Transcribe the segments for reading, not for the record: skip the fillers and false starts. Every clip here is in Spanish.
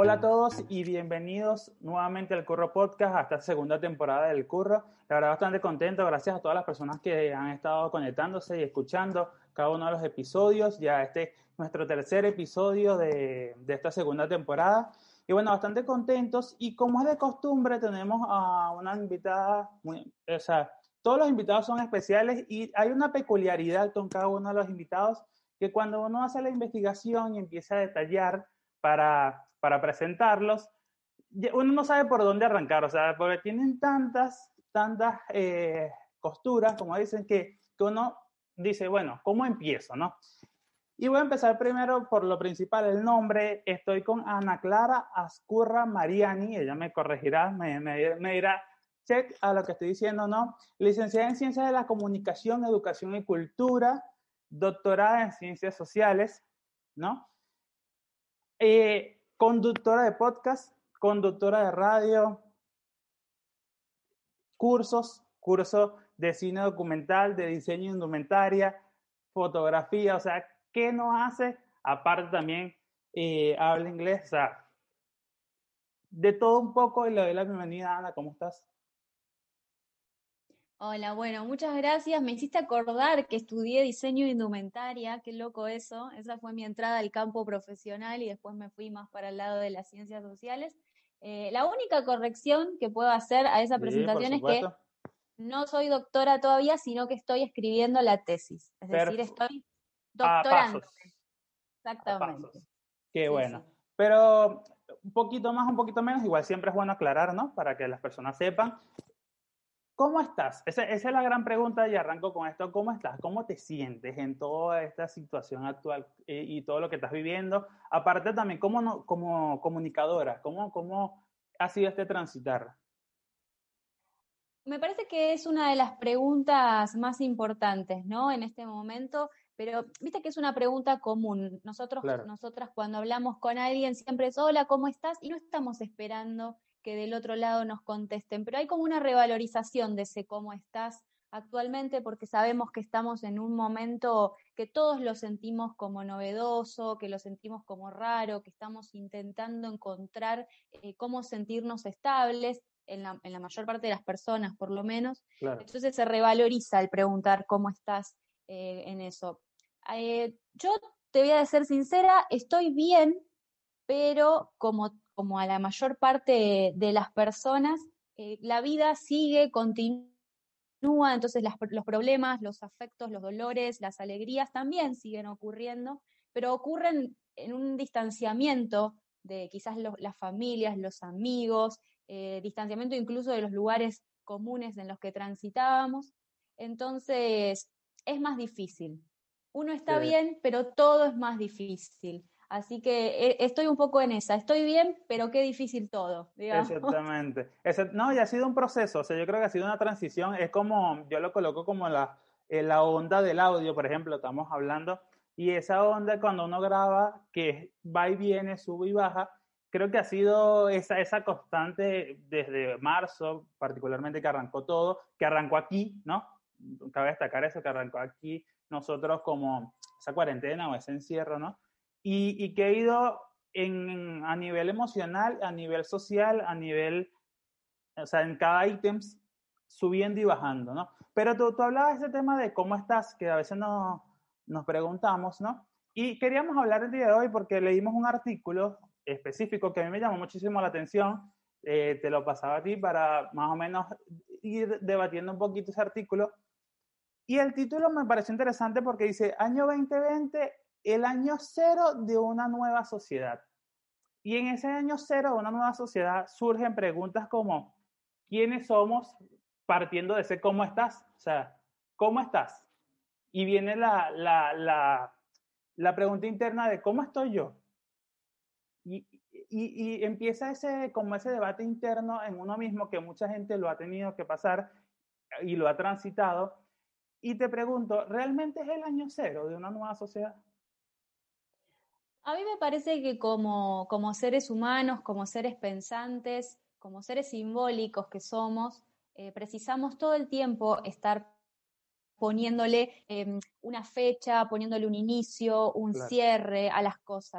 Hola a todos y bienvenidos nuevamente al Curro Podcast, a esta segunda temporada del Curro. La verdad, bastante contento, gracias a todas las personas que han estado conectándose y escuchando cada uno de los episodios. Ya este es nuestro tercer episodio de esta segunda temporada. Y bueno, bastante contentos, y como es de costumbre tenemos a una invitada, todos los invitados son especiales y hay una peculiaridad con cada uno de los invitados, que cuando uno hace la investigación y empieza a detallar para presentarlos, uno no sabe por dónde arrancar, o sea, porque tienen tantas costuras, como dicen, que uno dice, bueno, ¿cómo empiezo, no? Y voy a empezar primero por lo principal, el nombre. Estoy con Ana Clara Azcurra Mariani, ella me corregirá, me dirá check a lo que estoy diciendo, ¿no? Licenciada en Ciencias de la Comunicación, Educación y Cultura, doctorada en Ciencias Sociales, ¿no? Conductora de podcast, conductora de radio, cursos de cine documental, de diseño de indumentaria, fotografía, o sea, ¿qué no hace? Aparte también habla inglés, o sea, de todo un poco, y le doy la bienvenida. Ana, ¿cómo estás? Hola, bueno, muchas gracias. Me hiciste acordar que estudié diseño de indumentaria, qué loco eso. Esa fue mi entrada al campo profesional y después me fui más para el lado de las ciencias sociales. La única corrección que puedo hacer a esa Sí, por presentación es que supuesto. no soy doctora todavía, sino que estoy escribiendo la tesis. Es decir, estoy A doctorándome. pasos, a Exactamente. pasos. Qué Sí, bueno. sí. Pero un poquito más, un poquito menos, igual siempre es bueno aclarar, ¿no? Para que las personas sepan. ¿Cómo estás? Esa es la gran pregunta, y arranco con esto. ¿Cómo estás? ¿Cómo te sientes en toda esta situación actual y todo lo que estás viviendo? Aparte también, como comunicadora, ¿cómo ha sido este transitar? Me parece que es una de las preguntas más importantes, ¿no? En este momento, pero viste que es una pregunta común. Claro, Nosotras cuando hablamos con alguien siempre es, hola, ¿cómo estás? Y no estamos esperando que del otro lado nos contesten, pero hay como una revalorización de ese cómo estás actualmente, porque sabemos que estamos en un momento que todos lo sentimos como novedoso, que lo sentimos como raro, que estamos intentando encontrar cómo sentirnos estables en la mayor parte de las personas, por lo menos. claro. Entonces se revaloriza el preguntar cómo estás en eso. Yo te voy a ser sincera, estoy bien, pero como a la mayor parte de las personas, la vida sigue, continúa, entonces los problemas, los afectos, los dolores, las alegrías también siguen ocurriendo, pero ocurren en un distanciamiento de quizás las familias, los amigos, distanciamiento incluso de los lugares comunes en los que transitábamos. Entonces, es más difícil. Uno está Sí. bien, pero todo es más difícil. Así que estoy un poco en esa. Estoy bien, pero qué difícil todo, digamos. Exactamente. No, y ha sido un proceso, o sea, yo creo que ha sido una transición, es como, yo lo coloco como en la onda del audio, por ejemplo, estamos hablando, y esa onda cuando uno graba, que va y viene, sube y baja, creo que ha sido esa constante desde marzo, particularmente, que arrancó todo, que arrancó aquí, ¿no? Cabe destacar eso, que arrancó aquí nosotros, como esa cuarentena o ese encierro, ¿no? Y que ha ido a nivel emocional, a nivel social, o sea, en cada ítem, subiendo y bajando, ¿no? Pero tú hablabas de ese tema de cómo estás, que a veces nos preguntamos, ¿no? Y queríamos hablar el día de hoy porque leímos un artículo específico que a mí me llamó muchísimo la atención. Te lo pasaba a ti para más o menos ir debatiendo un poquito ese artículo. Y el título me pareció interesante porque dice, año 2020, el año cero de una nueva sociedad. Y en ese año cero de una nueva sociedad surgen preguntas como, ¿quiénes somos? Partiendo de ese cómo estás. O sea, ¿cómo estás? Y viene la pregunta interna de ¿cómo estoy yo? Y empieza como ese debate interno en uno mismo, que mucha gente lo ha tenido que pasar y lo ha transitado. Y te pregunto, ¿realmente es el año cero de una nueva sociedad? A mí me parece que como seres humanos, como seres pensantes, como seres simbólicos que somos, precisamos todo el tiempo estar poniéndole una fecha, poniéndole un inicio, un Claro. cierre a las cosas.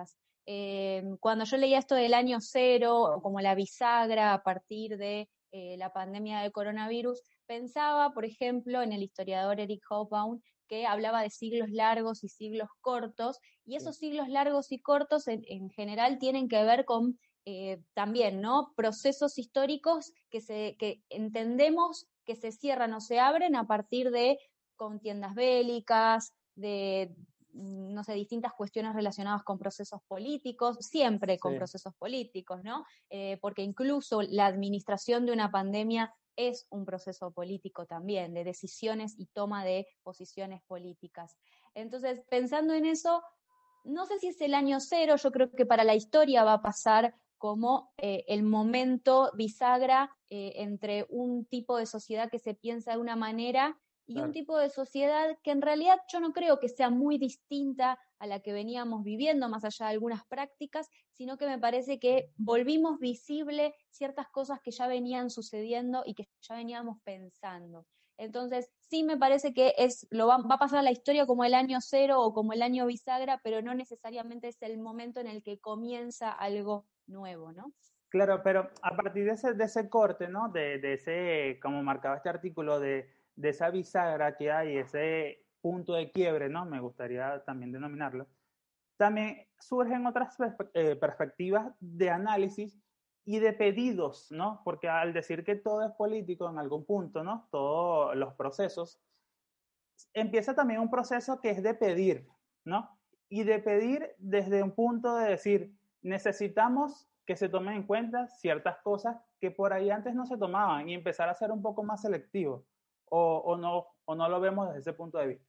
Cuando yo leía esto del año cero, o como la bisagra a partir de la pandemia del coronavirus, pensaba, por ejemplo, en el historiador Eric Hobsbawm, que hablaba de siglos largos y siglos cortos, y esos siglos largos y cortos en general tienen que ver con también, ¿no? Procesos históricos que entendemos que se cierran o se abren a partir de contiendas bélicas, de, no sé, distintas cuestiones relacionadas con procesos políticos, siempre con procesos políticos, ¿no? Porque incluso la administración de una pandemia es un proceso político también, de decisiones y toma de posiciones políticas. Entonces, pensando en eso, no sé si es el año cero, yo creo que para la historia va a pasar como el momento bisagra entre un tipo de sociedad que se piensa de una manera y un tipo de sociedad que en realidad yo no creo que sea muy distinta a la que veníamos viviendo, más allá de algunas prácticas, sino que me parece que volvimos visible ciertas cosas que ya venían sucediendo y que ya veníamos pensando. Entonces, sí me parece que va a pasar a la historia como el año cero o como el año bisagra, pero no necesariamente es el momento en el que comienza algo nuevo, ¿no? Claro, pero a partir de ese corte, ¿no? De ese, como marcaba este artículo, de esa bisagra que hay, ese punto de quiebre, ¿no? Me gustaría también denominarlo. También surgen otras perspectivas de análisis y de pedidos, ¿no? Porque al decir que todo es político en algún punto, ¿no? Todos los procesos, empieza también un proceso que es de pedir, ¿no? Y de pedir desde un punto de decir, necesitamos que se tomen en cuenta ciertas cosas que por ahí antes no se tomaban y empezar a ser un poco más selectivo, o no lo vemos desde ese punto de vista.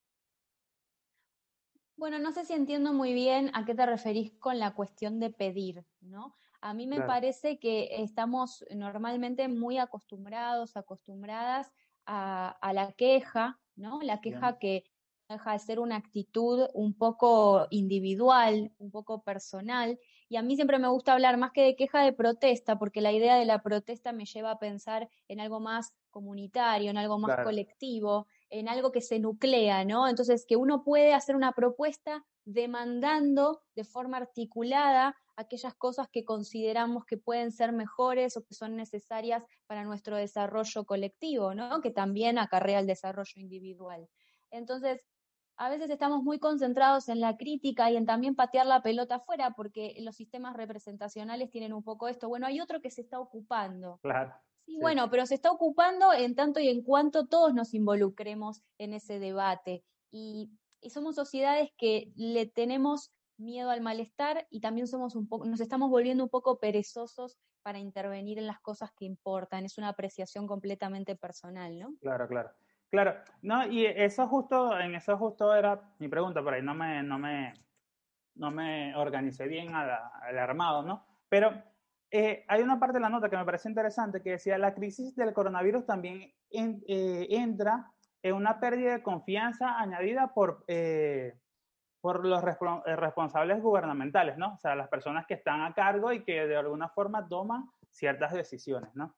Bueno, no sé si entiendo muy bien a qué te referís con la cuestión de pedir, ¿no? A mí me Claro. parece que estamos normalmente muy acostumbrados, acostumbradas a la queja, ¿no? La Bien. queja que deja de ser una actitud un poco individual, un poco personal, y a mí siempre me gusta hablar más que de queja de protesta, porque la idea de la protesta me lleva a pensar en algo más comunitario, en algo más Claro. colectivo, en algo que se nuclea, ¿no? Entonces, que uno puede hacer una propuesta demandando de forma articulada aquellas cosas que consideramos que pueden ser mejores o que son necesarias para nuestro desarrollo colectivo, ¿no? Que también acarrea el desarrollo individual. Entonces, a veces estamos muy concentrados en la crítica y en también patear la pelota afuera, porque los sistemas representacionales tienen un poco esto. Bueno, hay otro que se está ocupando. Claro. Sí, Sí. bueno, pero se está ocupando en tanto y en cuanto todos nos involucremos en ese debate. Y somos sociedades que le tenemos miedo al malestar y también nos estamos volviendo un poco perezosos para intervenir en las cosas que importan. Es una apreciación completamente personal, ¿no? Claro, claro. Claro, no, y en eso justo era mi pregunta, por ahí no me organicé bien al armado, ¿no? Pero hay una parte de la nota que me parece interesante que decía, la crisis del coronavirus también entra en una pérdida de confianza añadida por los responsables gubernamentales, ¿no? O sea, las personas que están a cargo y que de alguna forma toman ciertas decisiones, ¿no?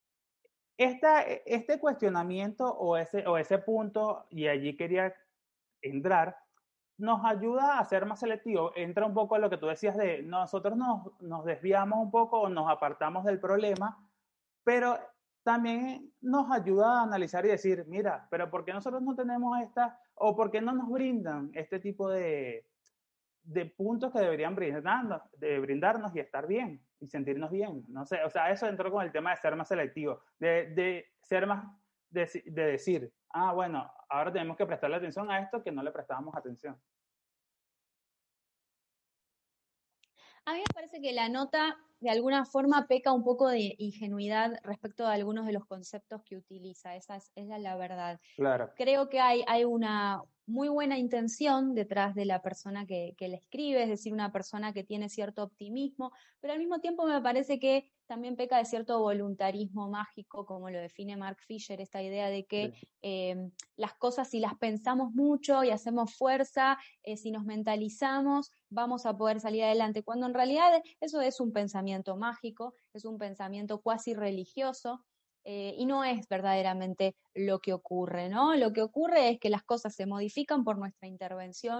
Este cuestionamiento o ese punto, y allí quería entrar, nos ayuda a ser más selectivos. Entra un poco a lo que tú decías de nosotros nos desviamos un poco o nos apartamos del problema, pero también nos ayuda a analizar y decir, mira, pero ¿por qué nosotros no tenemos esta, o por qué no nos brindan este tipo de puntos que deberían brindarnos y estar bien y sentirnos bien? No sé, o sea, eso entró con el tema de ser más selectivo, de ser más, de decir, ah, bueno, ahora tenemos que prestarle atención a esto que no le prestábamos atención. A mí me parece que la nota de alguna forma peca un poco de ingenuidad respecto a algunos de los conceptos que utiliza, esa es la verdad. Claro. Creo que hay una muy buena intención detrás de la persona que la escribe, es decir, una persona que tiene cierto optimismo, pero al mismo tiempo me parece que también peca de cierto voluntarismo mágico, como lo define Mark Fisher, esta idea de que Sí. las cosas si las pensamos mucho y hacemos fuerza, si nos mentalizamos, vamos a poder salir adelante, cuando en realidad eso es un pensamiento mágico, es un pensamiento cuasi religioso, y no es verdaderamente lo que ocurre, ¿no? Lo que ocurre es que las cosas se modifican por nuestra intervención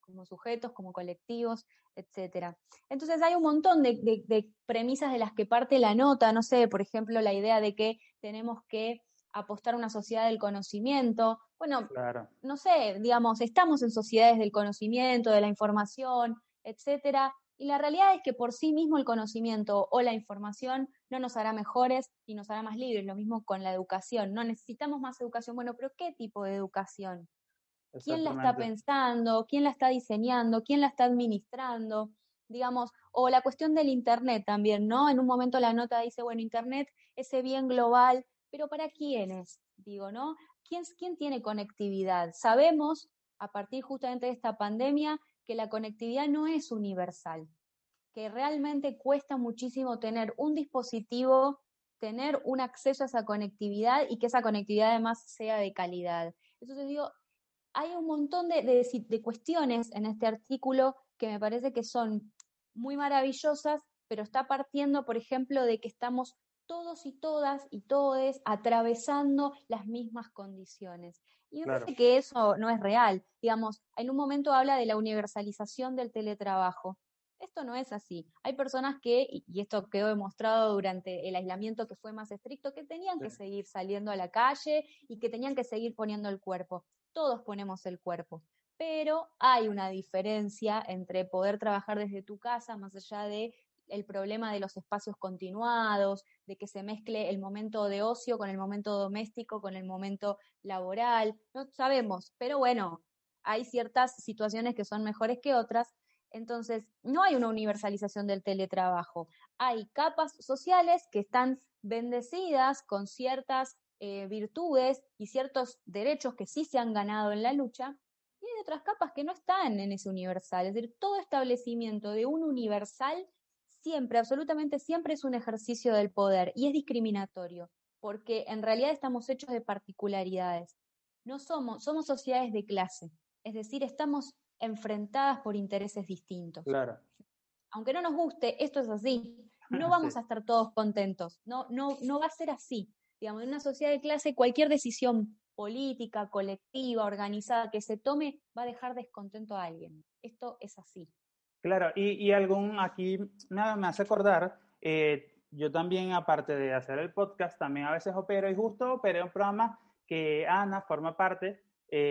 como sujetos, como colectivos, etcétera. Entonces hay un montón de premisas de las que parte la nota, no sé, por ejemplo, la idea de que tenemos que apostar a una sociedad del conocimiento. Bueno, Claro, no sé, digamos, estamos en sociedades del conocimiento, de la información, etcétera, y la realidad es que por sí mismo el conocimiento o la información no nos hará mejores y nos hará más libres. Lo mismo con la educación. No necesitamos más educación. Bueno, pero ¿qué tipo de educación? ¿Quién la está exactamente. pensando? ¿Quién la está diseñando? ¿Quién la está administrando? Digamos, o la cuestión del Internet también, ¿no? En un momento la nota dice, bueno, Internet, ese bien global, pero ¿para quiénes? Digo, ¿no? ¿Quién tiene conectividad? Sabemos, a partir justamente de esta pandemia, que la conectividad no es universal, que realmente cuesta muchísimo tener un dispositivo, tener un acceso a esa conectividad y que esa conectividad además sea de calidad. Entonces digo, hay un montón de cuestiones en este artículo que me parece que son muy maravillosas, pero está partiendo, por ejemplo, de que estamos todos y todas y todes atravesando las mismas condiciones. Y me Claro, parece que eso no es real. Digamos, en un momento habla de la universalización del teletrabajo. Esto no es así. Hay personas que, y esto quedó demostrado durante el aislamiento que fue más estricto, que tenían sí, que seguir saliendo a la calle y que tenían que seguir poniendo el cuerpo. Todos ponemos el cuerpo, pero hay una diferencia entre poder trabajar desde tu casa, más allá de el problema de los espacios continuados, de que se mezcle el momento de ocio con el momento doméstico, con el momento laboral, no sabemos, pero bueno, hay ciertas situaciones que son mejores que otras, entonces no hay una universalización del teletrabajo, hay capas sociales que están bendecidas con ciertas virtudes y ciertos derechos que sí se han ganado en la lucha, y hay otras capas que no están en ese universal. Es decir, todo establecimiento de un universal siempre, absolutamente siempre es un ejercicio del poder y es discriminatorio, porque en realidad estamos hechos de particularidades. No somos sociedades de clase, es decir, estamos enfrentadas por intereses distintos. claro, Aunque no nos guste, esto es así. No sí. vamos a estar todos contentos. No va a ser así. Digamos, en una sociedad de clase, cualquier decisión política, colectiva, organizada que se tome va a dejar descontento a alguien. Esto es así. Claro, y algún aquí me hace acordar, yo también, aparte de hacer el podcast, también a veces opero y justo operé un programa que Ana forma parte,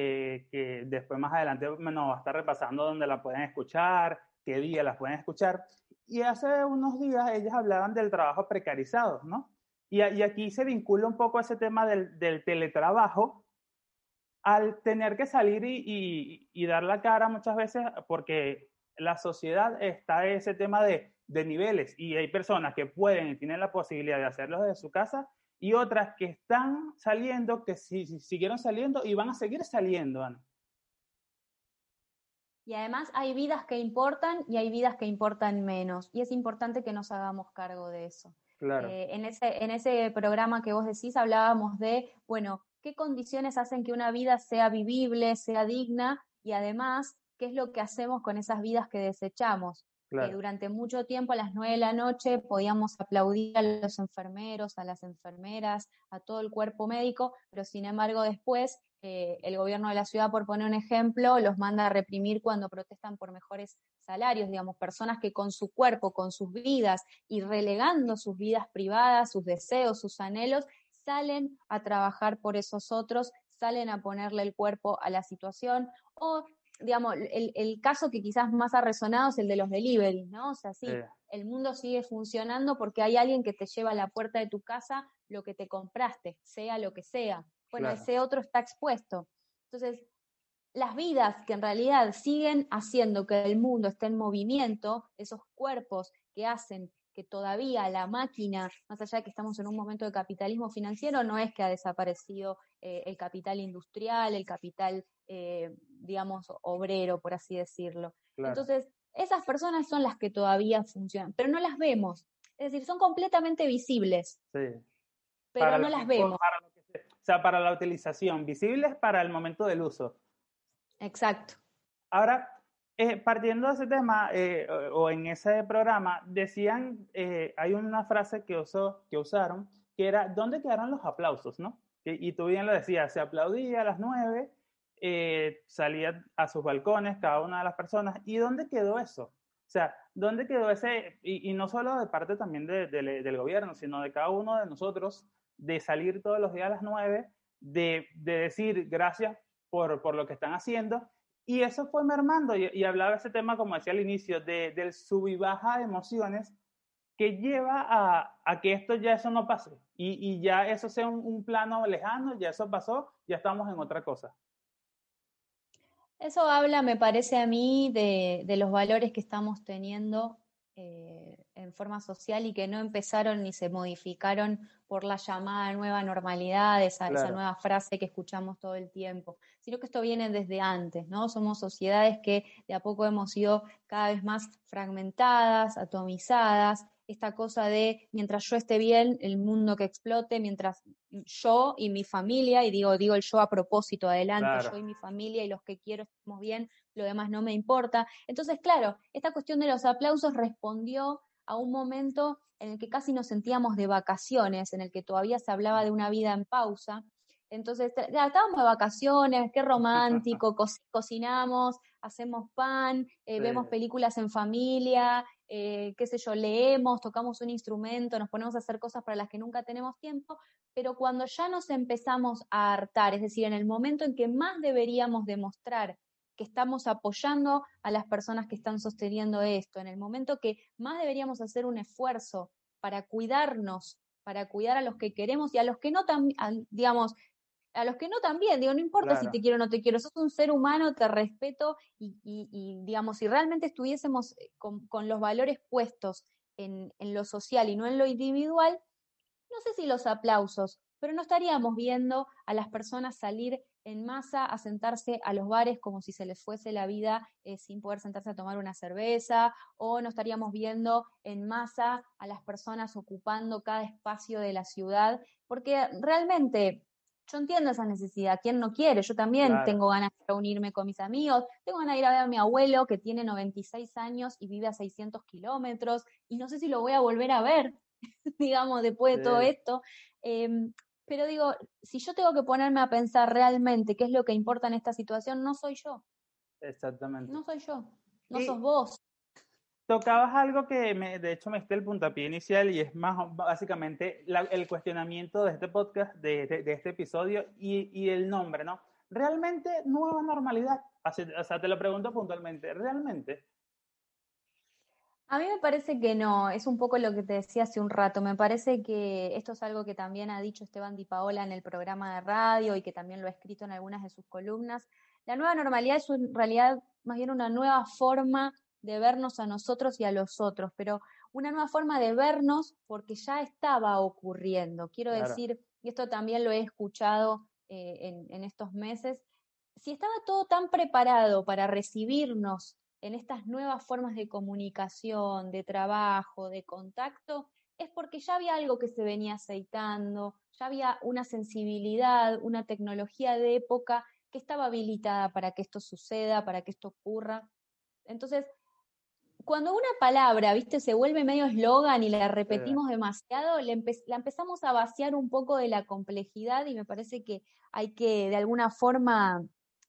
que después más adelante nos va a estar repasando dónde la pueden escuchar, qué día las pueden escuchar. Y hace unos días ellas hablaban del trabajo precarizado, ¿no? Y aquí se vincula un poco ese tema del teletrabajo al tener que salir y dar la cara muchas veces, porque la sociedad está en ese tema de niveles y hay personas que pueden y tienen la posibilidad de hacerlo desde su casa y otras que están saliendo, que si siguieron saliendo y van a seguir saliendo, Ana. Y además hay vidas que importan y hay vidas que importan menos. Y es importante que nos hagamos cargo de eso. Claro, En ese programa que vos decís hablábamos de, bueno, qué condiciones hacen que una vida sea vivible, sea digna y además, qué es lo que hacemos con esas vidas que desechamos. claro, Durante mucho tiempo a las 9 de la noche podíamos aplaudir a los enfermeros, a las enfermeras, a todo el cuerpo médico, pero sin embargo después el gobierno de la ciudad, por poner un ejemplo, los manda a reprimir cuando protestan por mejores salarios, digamos, personas que con su cuerpo, con sus vidas y relegando sus vidas privadas, sus deseos, sus anhelos, salen a trabajar por esos otros, salen a ponerle el cuerpo a la situación, o digamos, el caso que quizás más ha resonado es el de los deliveries, ¿no? O sea, sí, el mundo sigue funcionando porque hay alguien que te lleva a la puerta de tu casa lo que te compraste, sea lo que sea. Bueno, claro. ese otro está expuesto. Entonces, las vidas que en realidad siguen haciendo que el mundo esté en movimiento, esos cuerpos que hacen que todavía la máquina, más allá de que estamos en un momento de capitalismo financiero, no es que ha desaparecido el capital industrial, el capital, digamos, obrero, por así decirlo. Claro, Entonces, esas personas son las que todavía funcionan, pero no las vemos. Es decir, son completamente visibles, sí. pero no las vemos. Para lo que o sea, para la utilización, visibles para el momento del uso. Exacto. Ahora, partiendo de ese tema, o en ese programa, decían, hay una frase que usaron, que era, ¿dónde quedaron los aplausos, no? Y tú bien lo decías, se aplaudía a las 9, salía a sus balcones cada una de las personas. ¿Y dónde quedó eso? O sea, ¿dónde quedó ese? Y no solo de parte también del gobierno, sino de cada uno de nosotros, de salir todos los días a las 9, de decir gracias por lo que están haciendo. Y eso fue mermando, y hablaba ese tema, como decía al inicio, del sub y baja de emociones que lleva a que esto ya eso no pase. Y ya eso sea un plano lejano, ya eso pasó, ya estamos en otra cosa. Eso habla, me parece a mí, de los valores que estamos teniendo en forma social y que no empezaron ni se modificaron por la llamada nueva normalidad, esa Claro. nueva frase que escuchamos todo el tiempo, sino que esto viene desde antes, ¿no? Somos sociedades que de a poco hemos sido cada vez más fragmentadas, atomizadas, esta cosa de mientras yo esté bien, el mundo que explote, mientras yo y mi familia, y digo el yo a propósito, adelante, Claro. yo y mi familia y los que quiero estemos bien, lo demás no me importa. Entonces, claro, esta cuestión de los aplausos respondió a un momento en el que casi nos sentíamos de vacaciones, en el que todavía se hablaba de una vida en pausa. Entonces, ya, estábamos de vacaciones, qué romántico, cocinamos, hacemos pan, Sí, vemos películas en familia, qué sé yo, leemos, tocamos un instrumento, nos ponemos a hacer cosas para las que nunca tenemos tiempo, pero cuando ya nos empezamos a hartar, es decir, en el momento en que más deberíamos demostrar que estamos apoyando a las personas que están sosteniendo esto, en el momento que más deberíamos hacer un esfuerzo para cuidarnos, para cuidar a los que queremos y a los que no, digamos, a los que no también, digo, no importa si claro. te quiero o no te quiero, sos un ser humano, te respeto y digamos, si realmente estuviésemos con los valores puestos en lo social y no en lo individual, no sé si los aplausos, pero no estaríamos viendo a las personas salir en masa a sentarse a los bares como si se les fuese la vida sin poder sentarse a tomar una cerveza, o no estaríamos viendo en masa a las personas ocupando cada espacio de la ciudad, porque realmente yo entiendo esa necesidad, ¿quién no quiere? Yo también Claro. tengo ganas de reunirme con mis amigos, tengo ganas de ir a ver a mi abuelo que tiene 96 años y vive a 600 kilómetros, y no sé si lo voy a volver a ver, digamos, después Sí, de todo esto. Pero digo, si yo tengo que ponerme a pensar realmente qué es lo que importa en esta situación, no soy yo, exactamente. no soy yo, no sos Y vos. tocabas algo que de hecho me diste el puntapié inicial y es más básicamente el cuestionamiento de este podcast, de este episodio y el nombre, ¿no? ¿Realmente nueva normalidad? O sea, te lo pregunto puntualmente, ¿realmente? A mí me parece que no, es un poco lo que te decía hace un rato, me parece que esto es algo que también ha dicho Esteban Di Paola en el programa de radio y que también lo ha escrito en algunas de sus columnas. La nueva normalidad es en realidad más bien una nueva forma de vernos a nosotros y a los otros, pero una nueva forma de vernos porque ya estaba ocurriendo. Quiero Claro, decir, y esto también lo he escuchado en estos meses, si estaba todo tan preparado para recibirnos en estas nuevas formas de comunicación, de trabajo, de contacto, es porque ya había algo que se venía aceitando, ya había una sensibilidad, una tecnología de época que estaba habilitada para que esto suceda, para que esto ocurra. Entonces, cuando una palabra, viste, se vuelve medio eslogan y la sí, repetimos demasiado, la empezamos a vaciar un poco de la complejidad y me parece que hay que de alguna forma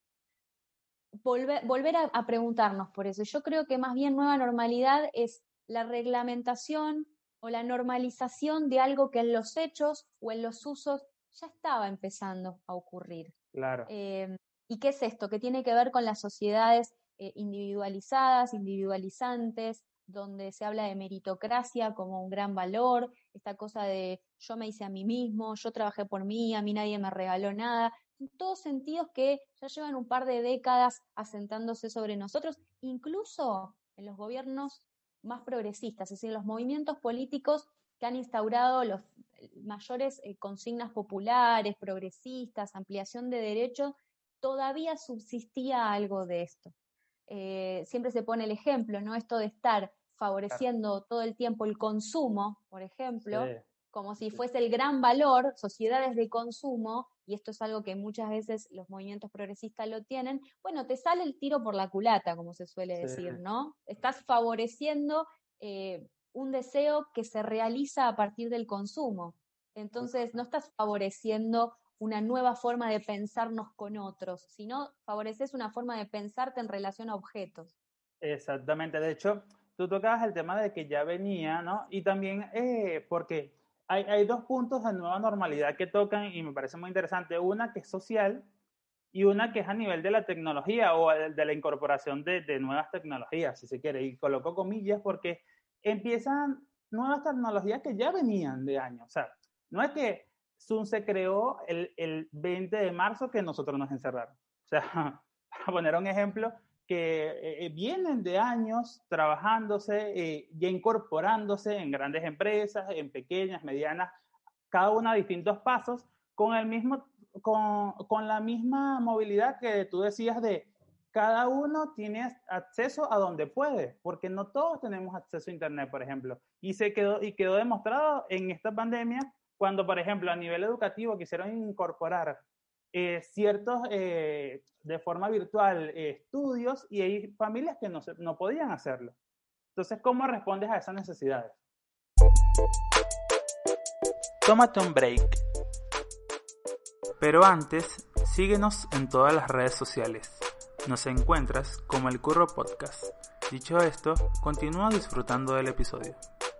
volver a preguntarnos por eso. Yo creo que más bien nueva normalidad es la reglamentación o la normalización de algo que en los hechos o en los usos ya estaba empezando a ocurrir. claro, Eh, ¿Y qué es esto? Que tiene que ver con las sociedades individualizadas, individualizantes, donde se habla de meritocracia como un gran valor, esta cosa de yo me hice a mí mismo, yo trabajé por mí, a mí nadie me regaló nada, todos sentidos que ya llevan un par de décadas asentándose sobre nosotros, incluso en los gobiernos más progresistas, es decir, los movimientos políticos que han instaurado los mayores consignas populares, progresistas, ampliación de derechos, todavía subsistía algo de esto. Siempre se pone el ejemplo, ¿no? Esto de estar claro, favoreciendo todo el tiempo el consumo, por sí, ejemplo, como si fuese el gran valor, sociedades de consumo, y esto es algo que muchas veces los movimientos progresistas lo tienen, bueno, te sale el tiro por la culata, como se suele sí, decir, ¿no? Estás favoreciendo un deseo que se realiza a partir del consumo. Entonces, no estás favoreciendo una nueva forma de pensarnos con otros, sino favoreces una forma de pensarte en relación a objetos. Exactamente. De hecho, tú tocabas el tema de que ya venía, ¿no? Y también porque hay dos puntos de nueva normalidad que tocan y me parece muy interesante. Una que es social y una que es a nivel de la tecnología o de la incorporación de nuevas tecnologías, si se quiere. Y coloco comillas porque empiezan nuevas tecnologías que ya venían de años. O sea, no es que Zoom se creó el 20 de marzo que nosotros nos encerraron. O sea, para poner un ejemplo, que vienen de años trabajándose y incorporándose en grandes empresas, en pequeñas, medianas, cada una a distintos pasos, con el mismo, con la misma movilidad que tú decías de cada uno tiene acceso a donde puede, porque no todos tenemos acceso a Internet, por ejemplo. Y quedó demostrado en esta pandemia cuando, por ejemplo, a nivel educativo quisieron incorporar ciertos, de forma virtual, estudios y hay familias que no podían hacerlo. Entonces, ¿cómo respondes a esas necesidades? Tómate un break. Pero antes, síguenos en todas las redes sociales. Nos encuentras como El Curro Podcast. Dicho esto, continúa disfrutando del episodio.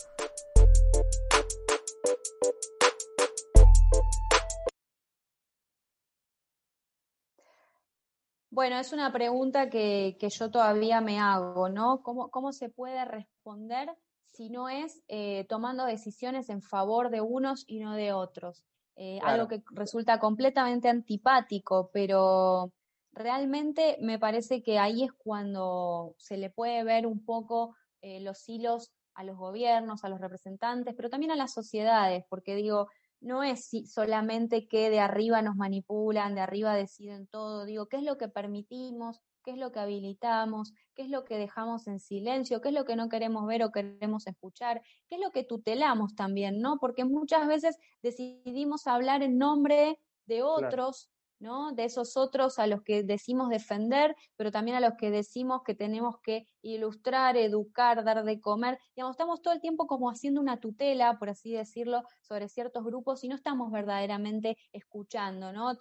Bueno, es una pregunta que yo todavía me hago, ¿no? ¿Cómo se puede responder si no es tomando decisiones en favor de unos y no de otros? Algo Claro. que resulta completamente antipático, pero realmente me parece que ahí es cuando se le puede ver un poco los hilos a los gobiernos, a los representantes, pero también a las sociedades, porque digo, no es solamente que de arriba nos manipulan, de arriba deciden todo, digo, ¿qué es lo que permitimos? ¿Qué es lo que habilitamos? ¿Qué es lo que dejamos en silencio? ¿Qué es lo que no queremos ver o queremos escuchar? ¿Qué es lo que tutelamos también, no? Porque muchas veces decidimos hablar en nombre de Claro. otros, ¿no? De esos otros a los que decimos defender, pero también a los que decimos que tenemos que ilustrar, educar, dar de comer. Digamos, estamos todo el tiempo como haciendo una tutela, por así decirlo, sobre ciertos grupos y no estamos verdaderamente escuchando, ¿no?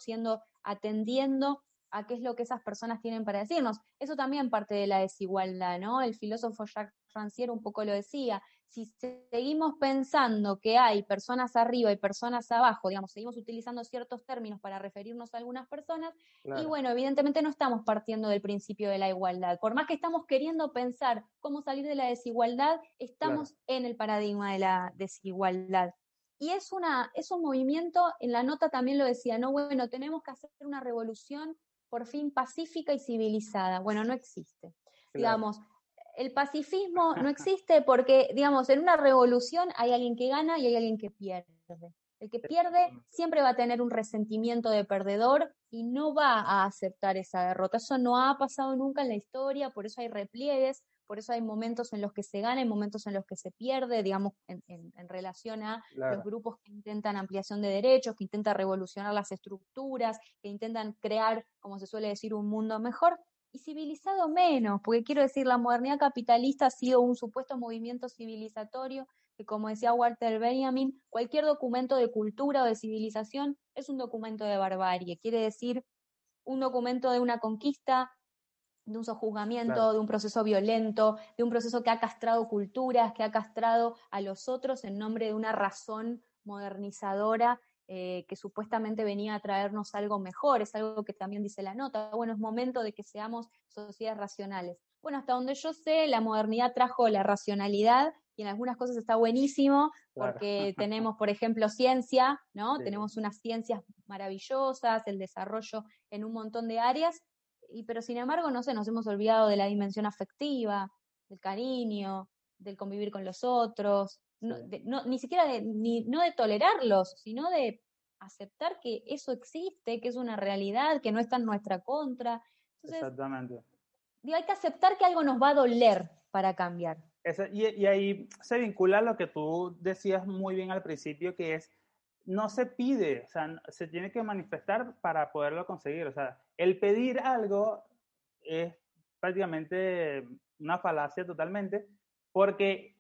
Atendiendo a qué es lo que esas personas tienen para decirnos. Eso también parte de la desigualdad, ¿no? El filósofo Jacques Rancière un poco lo decía. Si seguimos pensando que hay personas arriba y personas abajo, digamos, seguimos utilizando ciertos términos para referirnos a algunas personas, y Claro. bueno, evidentemente no estamos partiendo del principio de la igualdad. Por más que estamos queriendo pensar cómo salir de la desigualdad, Claro. estamos en el paradigma de la desigualdad. Y es un movimiento, en la nota también lo decía, no, bueno, tenemos que hacer una revolución por fin pacífica y civilizada. Bueno, no existe. Claro. Digamos, el pacifismo no existe porque, digamos, en una revolución hay alguien que gana y hay alguien que pierde. El que pierde siempre va a tener un resentimiento de perdedor y no va a aceptar esa derrota. Eso no ha pasado nunca en la historia, por eso hay repliegues, por eso hay momentos en los que se gana y momentos en los que se pierde, digamos, en relación a los Claro. grupos que intentan ampliación de derechos, que intentan revolucionar las estructuras, que intentan crear, como se suele decir, un mundo mejor y civilizado menos, porque quiero decir, la modernidad capitalista ha sido un supuesto movimiento civilizatorio que, como decía Walter Benjamin, cualquier documento de cultura o de civilización es un documento de barbarie, quiere decir un documento de una conquista, de un sojuzgamiento, Claro. de un proceso violento, de un proceso que ha castrado culturas, que ha castrado a los otros en nombre de una razón modernizadora que supuestamente venía a traernos algo mejor, es algo que también dice la nota. Bueno, es momento de que seamos sociedades racionales. Bueno, hasta donde yo sé, la modernidad trajo la racionalidad y en algunas cosas está buenísimo Claro. porque tenemos, por ejemplo, ciencia, ¿no? Sí. Tenemos unas ciencias maravillosas, el desarrollo en un montón de áreas, pero sin embargo, no sé, nos hemos olvidado de la dimensión afectiva, del cariño, del convivir con los otros, Sí. ni siquiera no de tolerarlos, sino de aceptar que eso existe, que es una realidad, que no está en nuestra contra. Entonces, Exactamente. digo, hay que aceptar que algo nos va a doler para cambiar. Y ahí se vincula lo que tú decías muy bien al principio, que es, no se pide, o sea, se tiene que manifestar para poderlo conseguir. O sea, el pedir algo es prácticamente una falacia totalmente, porque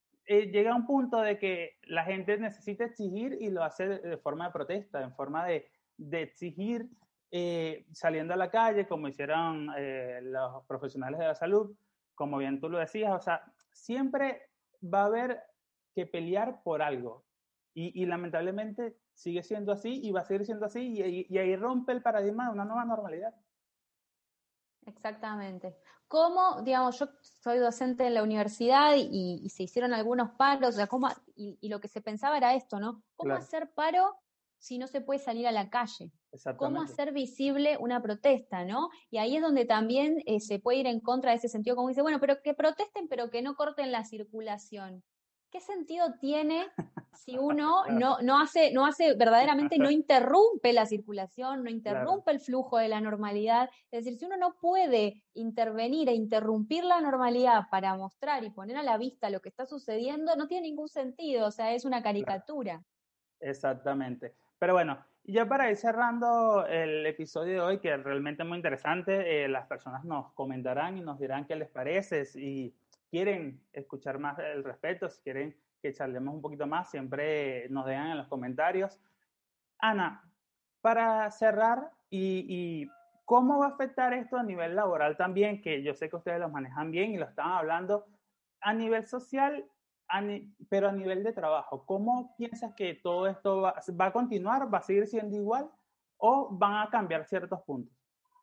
llega un punto de que la gente necesita exigir y lo hace de forma de protesta, en forma de exigir saliendo a la calle, como hicieron los profesionales de la salud, como bien tú lo decías, o sea, siempre va a haber que pelear por algo. Y lamentablemente sigue siendo así y va a seguir siendo así y ahí rompe el paradigma de una nueva normalidad. Exactamente. ¿Cómo, digamos, yo soy docente en la universidad y se hicieron algunos paros, o sea, y lo que se pensaba era esto, ¿no? ¿Cómo Claro, hacer paro si no se puede salir a la calle? ¿Cómo exactamente. hacer visible una protesta, ¿no? Y ahí es donde también se puede ir en contra de ese sentido, como dice, bueno, pero que protesten, pero que no corten la circulación. ¿Qué sentido tiene si uno Claro, no hace verdaderamente, no interrumpe la circulación, no claro, interrumpe el flujo de la normalidad? Es decir, si uno no puede intervenir e interrumpir la normalidad para mostrar y poner a la vista lo que está sucediendo, no tiene ningún sentido, o sea, es una claro, caricatura. exactamente. Pero bueno, y ya para ir cerrando el episodio de hoy, que realmente es muy interesante, las personas nos comentarán y nos dirán qué les parece, si quieren escuchar más al respecto, si quieren que charlemos un poquito más, siempre nos dejan en los comentarios. Ana, para cerrar, y cómo va a afectar esto a nivel laboral también, que yo sé que ustedes lo manejan bien y lo estaban hablando, a nivel social, pero a nivel de trabajo, ¿cómo piensas que todo esto va a continuar, va a seguir siendo igual o van a cambiar ciertos puntos?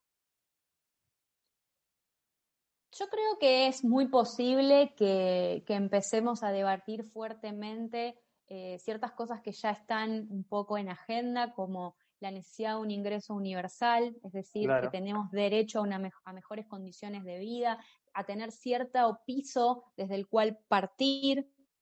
Yo creo que es muy posible que empecemos a debatir fuertemente ciertas cosas que ya están un poco en agenda, como la necesidad de un ingreso universal, es decir, que Claro, tenemos derecho a mejores condiciones de vida, a tener cierto piso desde el cual partir.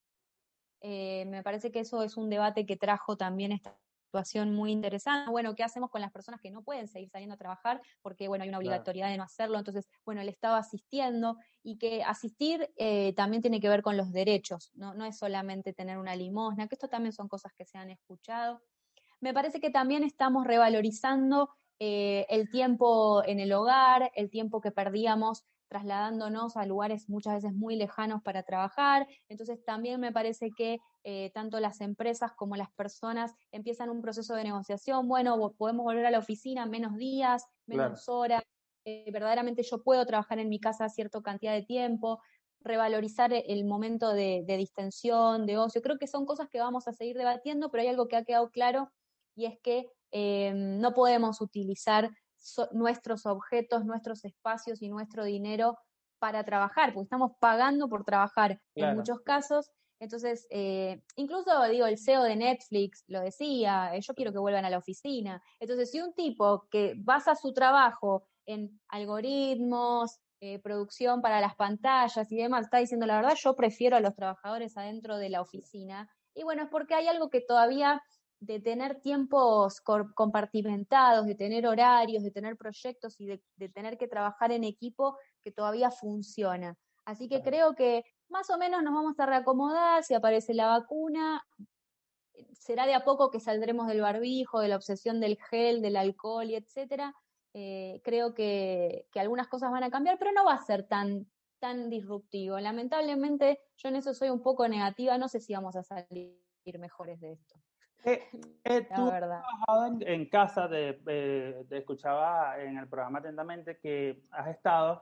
Me parece que eso es un debate que trajo también esta situación muy interesante. Bueno, ¿qué hacemos con las personas que no pueden seguir saliendo a trabajar? Porque, bueno, hay una claro, obligatoriedad de no hacerlo. Entonces, bueno, el Estado asistiendo y que asistir también tiene que ver con los derechos, ¿no? No es solamente tener una limosna, que esto también son cosas que se han escuchado. Me parece que también estamos revalorizando el tiempo en el hogar, el tiempo que perdíamos trasladándonos a lugares muchas veces muy lejanos para trabajar. Entonces también me parece que tanto las empresas como las personas empiezan un proceso de negociación. Bueno, podemos volver a la oficina menos días, claro. menos horas. Verdaderamente yo puedo trabajar en mi casa cierta cantidad de tiempo, revalorizar el momento de distensión, de ocio. Creo que son cosas que vamos a seguir debatiendo, pero hay algo que ha quedado claro y es que no podemos utilizar nuestros objetos, nuestros espacios y nuestro dinero para trabajar, porque estamos pagando por trabajar en Claro, muchos casos. Entonces, incluso digo, el CEO de Netflix lo decía, yo quiero que vuelvan a la oficina. Entonces, si un tipo que basa su trabajo en algoritmos, producción para las pantallas y demás, está diciendo la verdad, yo prefiero a los trabajadores adentro de la oficina. Y bueno, es porque hay algo que todavía de tener tiempos compartimentados, de tener horarios, de tener proyectos y de tener que trabajar en equipo que todavía funciona. Así que claro. creo que más o menos nos vamos a reacomodar, si aparece la vacuna, será de a poco que saldremos del barbijo, de la obsesión del gel, del alcohol y etcétera. Creo que algunas cosas van a cambiar, pero no va a ser tan disruptivo. Lamentablemente, yo en eso soy un poco negativa, no sé si vamos a salir mejores de esto. Eh, La Tú has verdad. trabajado en casa, te escuchaba en el programa atentamente que has estado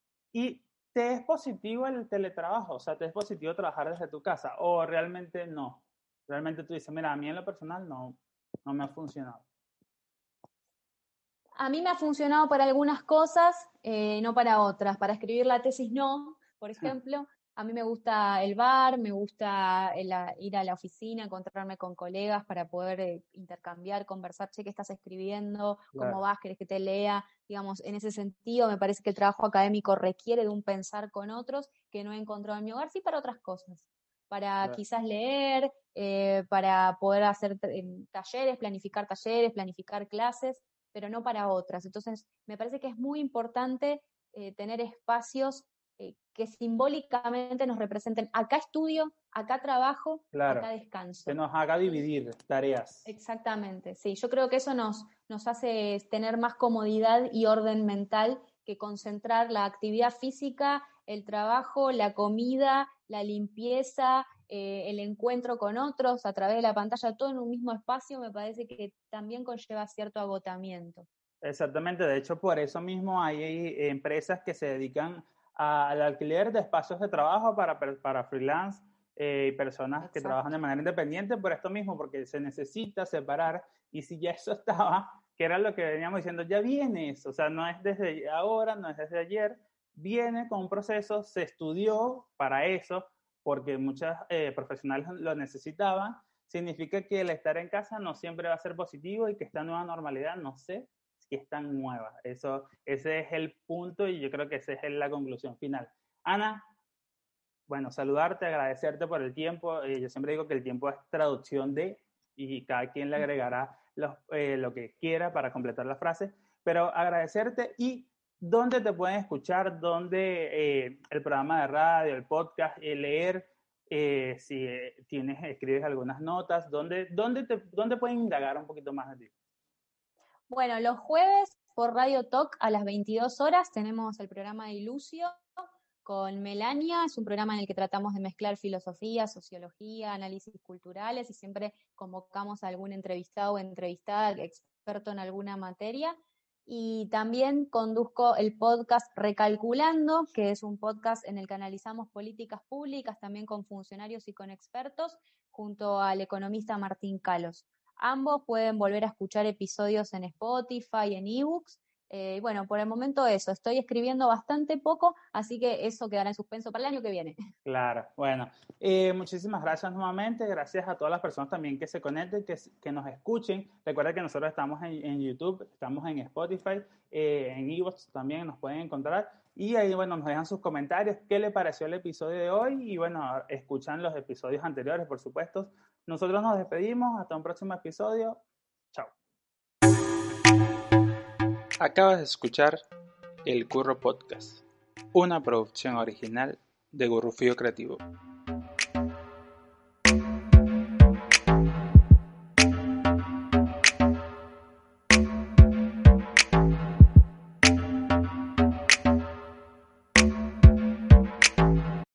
y te es positivo el teletrabajo, o sea, te es positivo trabajar desde tu casa o realmente no. Realmente tú dices, mira, a mí en lo personal no me ha funcionado. A mí me ha funcionado para algunas cosas, no para otras. Para escribir la tesis no, por ejemplo. A mí me gusta el bar, me gusta ir a la oficina, encontrarme con colegas para poder intercambiar, conversar, che, ¿qué estás escribiendo? ¿Cómo Claro, vas? ¿Querés que te lea? Digamos, en ese sentido me parece que el trabajo académico requiere de un pensar con otros que no he encontrado en mi hogar, sí para otras cosas. Para claro. quizás leer, para poder hacer talleres, planificar clases, pero no para otras. Entonces, me parece que es muy importante tener espacios que simbólicamente nos representen. Acá estudio, acá trabajo, acá Claro, que descanso. nos haga Entonces, dividir tareas. exactamente, sí. Yo creo que eso nos hace tener más comodidad y orden mental que concentrar la actividad física, el trabajo, la comida, la limpieza, el encuentro con otros a través de la pantalla, todo en un mismo espacio, me parece que también conlleva cierto agotamiento. Exactamente, de hecho por eso mismo hay empresas que se dedican al alquiler de espacios de trabajo para freelance y personas que trabajan de manera independiente por esto mismo, porque se necesita separar y si ya eso estaba, que era lo que veníamos diciendo, ya viene eso, o sea, no es desde ahora, no es desde ayer, viene con un proceso, se estudió para eso, porque muchos profesionales lo necesitaban, significa que el estar en casa no siempre va a ser positivo y que esta nueva normalidad, no sé, que es tan nueva. Ese es el punto y yo creo que esa es la conclusión final. Ana, bueno, saludarte, agradecerte por el tiempo. Yo siempre digo que el tiempo es traducción de, y cada quien le agregará lo que quiera para completar la frase, pero agradecerte y dónde te pueden escuchar, dónde el programa de radio, el podcast, leer, si escribes algunas notas, dónde pueden indagar un poquito más de ti. Bueno, los jueves por Radio Talk a las 22 horas tenemos el programa de Ilucio con Melania. Es un programa en el que tratamos de mezclar filosofía, sociología, análisis culturales y siempre convocamos a algún entrevistado o entrevistada experto en alguna materia. Y también conduzco el podcast Recalculando, que es un podcast en el que analizamos políticas públicas también con funcionarios y con expertos, junto al economista Martín Calos. Ambos pueden volver a escuchar episodios en Spotify, en ebooks. Bueno, por el momento eso. Estoy escribiendo bastante poco, así que eso quedará en suspenso para el año que viene. Claro, bueno. Muchísimas gracias nuevamente. Gracias a todas las personas también que se conecten, que nos escuchen. Recuerda que nosotros estamos en YouTube, estamos en Spotify, en ebooks también nos pueden encontrar. Y ahí, bueno, nos dejan sus comentarios, qué le pareció el episodio de hoy. Y bueno, escuchan los episodios anteriores, por supuesto. Nosotros nos despedimos. Hasta un próximo episodio. Chao. Acabas de escuchar El Curro Podcast, una producción original de Gurrufío Creativo.